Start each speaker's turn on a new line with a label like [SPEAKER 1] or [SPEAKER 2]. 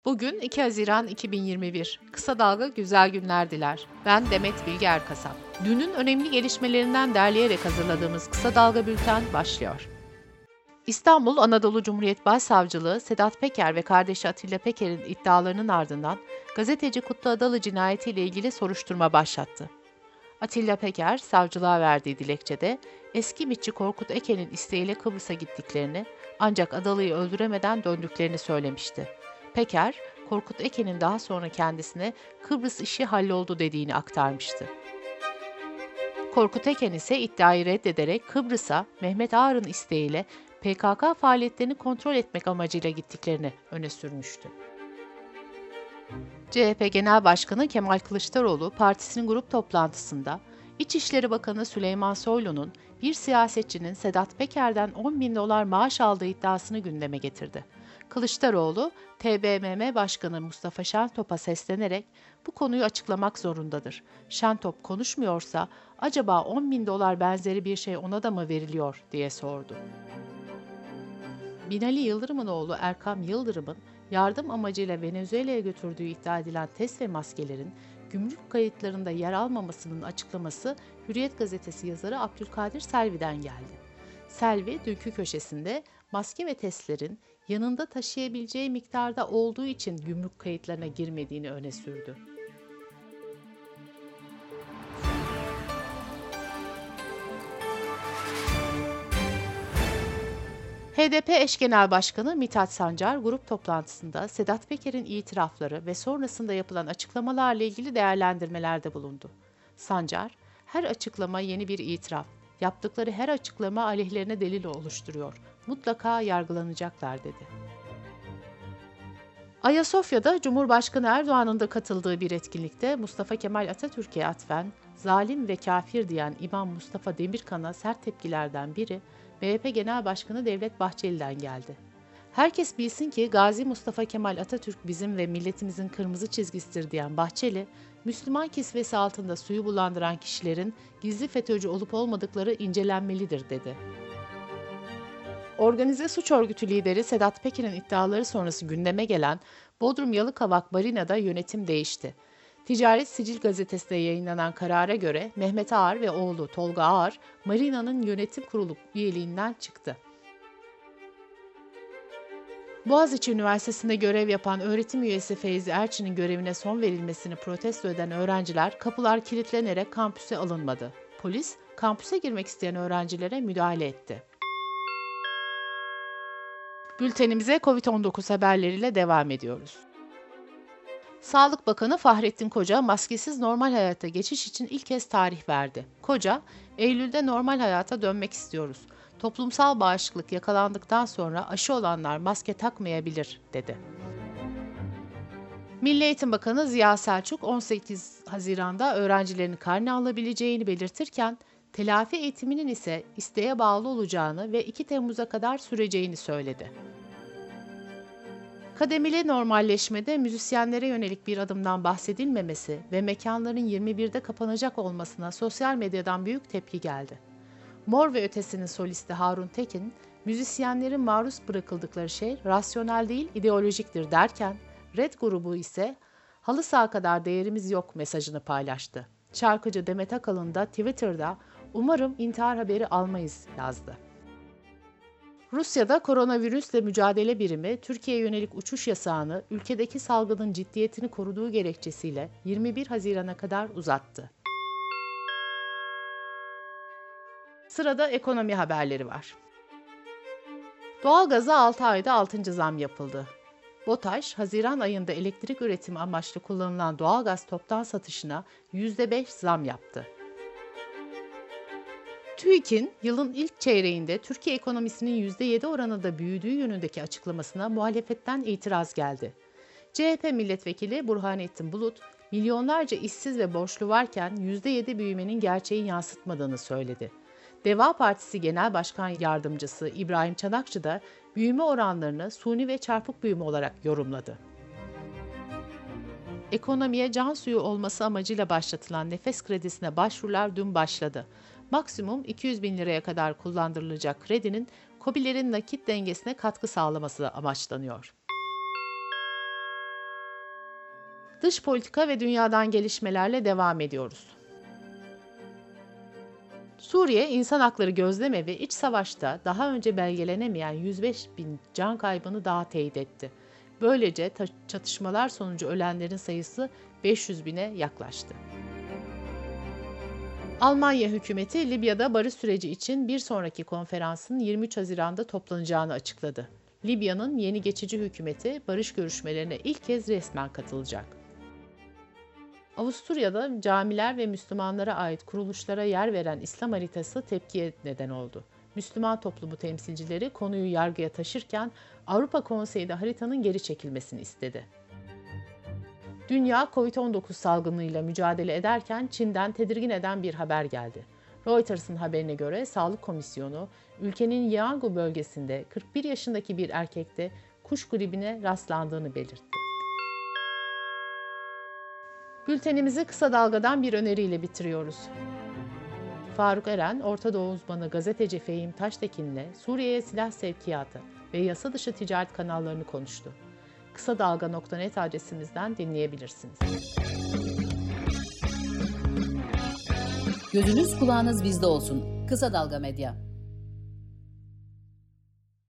[SPEAKER 1] Bugün 2 Haziran 2021. Kısa Dalga güzel günler diler. Ben Demet Bilge Erkasap. Dünün önemli gelişmelerinden derleyerek hazırladığımız Kısa Dalga bülten başlıyor. İstanbul Anadolu Cumhuriyet Başsavcılığı, Sedat Peker ve kardeşi Atilla Peker'in iddialarının ardından gazeteci Kutlu Adalı cinayetiyle ilgili soruşturma başlattı. Atilla Peker, savcılığa verdiği dilekçede eski MİT'çi Korkut Eken'in isteğiyle Kıbrıs'a gittiklerini ancak Adalı'yı öldüremeden döndüklerini söylemişti. Peker, Korkut Eken'in daha sonra kendisine Kıbrıs işi halloldu dediğini aktarmıştı. Korkut Eken ise iddiayı reddederek Kıbrıs'a Mehmet Ağar'ın isteğiyle PKK faaliyetlerini kontrol etmek amacıyla gittiklerini öne sürmüştü. CHP Genel Başkanı Kemal Kılıçdaroğlu partisinin grup toplantısında İçişleri Bakanı Süleyman Soylu'nun bir siyasetçinin Sedat Peker'den 10 bin dolar maaş aldığı iddiasını gündeme getirdi. Kılıçdaroğlu, TBMM Başkanı Mustafa Şentop'a seslenerek bu konuyu açıklamak zorundadır. Şentop konuşmuyorsa acaba 10 bin dolar benzeri bir şey ona da mı veriliyor diye sordu. Binali Yıldırım'ın oğlu Erkam Yıldırım'ın yardım amacıyla Venezuela'ya götürdüğü iddia edilen test ve maskelerin gümrük kayıtlarında yer almamasının açıklaması Hürriyet gazetesi yazarı Abdülkadir Selvi'den geldi. Selvi, dünkü köşesinde maske ve testlerin yanında taşıyabileceği miktarda olduğu için gümrük kayıtlarına girmediğini öne sürdü. HDP eş genel başkanı Mithat Sancar, grup toplantısında Sedat Peker'in itirafları ve sonrasında yapılan açıklamalarla ilgili değerlendirmelerde bulundu. Sancar, her açıklama yeni bir itiraf, yaptıkları her açıklama aleyhlerine delil oluşturuyor, mutlaka yargılanacaklar dedi. Ayasofya'da Cumhurbaşkanı Erdoğan'ın da katıldığı bir etkinlikte Mustafa Kemal Atatürk'e atfen, zalim ve kafir diyen İmam Mustafa Demirkan'a sert tepkilerden biri, MHP Genel Başkanı Devlet Bahçeli'den geldi. Herkes bilsin ki Gazi Mustafa Kemal Atatürk bizim ve milletimizin kırmızı çizgisidir diyen Bahçeli, Müslüman kisvesi altında suyu bulandıran kişilerin gizli FETÖ'cü olup olmadıkları incelenmelidir dedi. Organize suç örgütü lideri Sedat Peker'in iddiaları sonrası gündeme gelen Bodrum Yalıkavak Marina'da yönetim değişti. Ticaret Sicil gazetesinde yayınlanan karara göre Mehmet Ağar ve oğlu Tolga Ağar, Marina'nın yönetim kurulu üyeliğinden çıktı. Boğaziçi Üniversitesi'nde görev yapan öğretim üyesi Feyzi Erçin'in görevine son verilmesini protesto eden öğrenciler kapılar kilitlenerek kampüse alınmadı. Polis, kampüse girmek isteyen öğrencilere müdahale etti. Bültenimize COVID-19 haberleriyle devam ediyoruz. Sağlık Bakanı Fahrettin Koca, maskesiz normal hayata geçiş için ilk kez tarih verdi. Koca, Eylül'de normal hayata dönmek istiyoruz. Toplumsal bağışıklık yakalandıktan sonra aşı olanlar maske takmayabilir, dedi. Milli Eğitim Bakanı Ziya Selçuk, 18 Haziran'da öğrencilerin karne alabileceğini belirtirken, telafi eğitiminin ise isteğe bağlı olacağını ve 2 Temmuz'a kadar süreceğini söyledi. Kademeli normalleşmede müzisyenlere yönelik bir adımdan bahsedilmemesi ve mekanların 21'de kapanacak olmasına sosyal medyadan büyük tepki geldi. Mor ve Ötesi'nin solisti Harun Tekin, müzisyenlerin maruz bırakıldıkları şey rasyonel değil ideolojiktir derken, Red grubu ise halı saha kadar değerimiz yok mesajını paylaştı. Şarkıcı Demet Akalın da Twitter'da "Umarım intihar haberi almayız" yazdı. Rusya'da koronavirüsle mücadele birimi Türkiye'ye yönelik uçuş yasağını ülkedeki salgının ciddiyetini koruduğu gerekçesiyle 21 Haziran'a kadar uzattı. Sırada ekonomi haberleri var. Doğalgaza 6 ayda 6. zam yapıldı. BOTAŞ, Haziran ayında elektrik üretimi amaçlı kullanılan doğalgaz toptan satışına %5 zam yaptı. TÜİK'in yılın ilk çeyreğinde Türkiye ekonomisinin %7 oranında büyüdüğü yönündeki açıklamasına muhalefetten itiraz geldi. CHP milletvekili Burhanettin Bulut, milyonlarca işsiz ve borçlu varken %7 büyümenin gerçeği yansıtmadığını söyledi. Deva Partisi Genel Başkan Yardımcısı İbrahim Çanakçı da büyüme oranlarını suni ve çarpık büyüme olarak yorumladı. Ekonomiye can suyu olması amacıyla başlatılan nefes kredisine başvurular dün başladı. Maksimum 200 bin liraya kadar kullandırılacak kredinin KOBİ'lerin nakit dengesine katkı sağlaması amaçlanıyor. Dış politika ve dünyadan gelişmelerle devam ediyoruz. Suriye İnsan Hakları Gözlemevi iç savaşta daha önce belgelenemeyen 105 bin can kaybını daha teyit etti. Böylece çatışmalar sonucu ölenlerin sayısı 500 bine yaklaştı. Almanya hükümeti Libya'da barış süreci için bir sonraki konferansın 23 Haziran'da toplanacağını açıkladı. Libya'nın yeni geçici hükümeti barış görüşmelerine ilk kez resmen katılacak. Avusturya'da camiler ve Müslümanlara ait kuruluşlara yer veren İslam haritası tepkiye neden oldu. Müslüman toplumu temsilcileri konuyu yargıya taşırken Avrupa Konseyi de haritanın geri çekilmesini istedi. Dünya Covid-19 salgınıyla mücadele ederken Çin'den tedirgin eden bir haber geldi. Reuters'ın haberine göre Sağlık Komisyonu, ülkenin Yangu bölgesinde 41 yaşındaki bir erkekte kuş gribine rastlandığını belirtti. Bültenimizi kısa dalgadan bir öneriyle bitiriyoruz. Faruk Eren, Orta Doğu uzmanı gazeteci Fehim Taştekin'le Suriye'ye silah sevkiyatı ve yasa dışı ticaret kanallarını konuştu. Kısadalga.net adresimizden dinleyebilirsiniz.
[SPEAKER 2] Gözünüz kulağınız bizde olsun. Kısa Dalga Medya.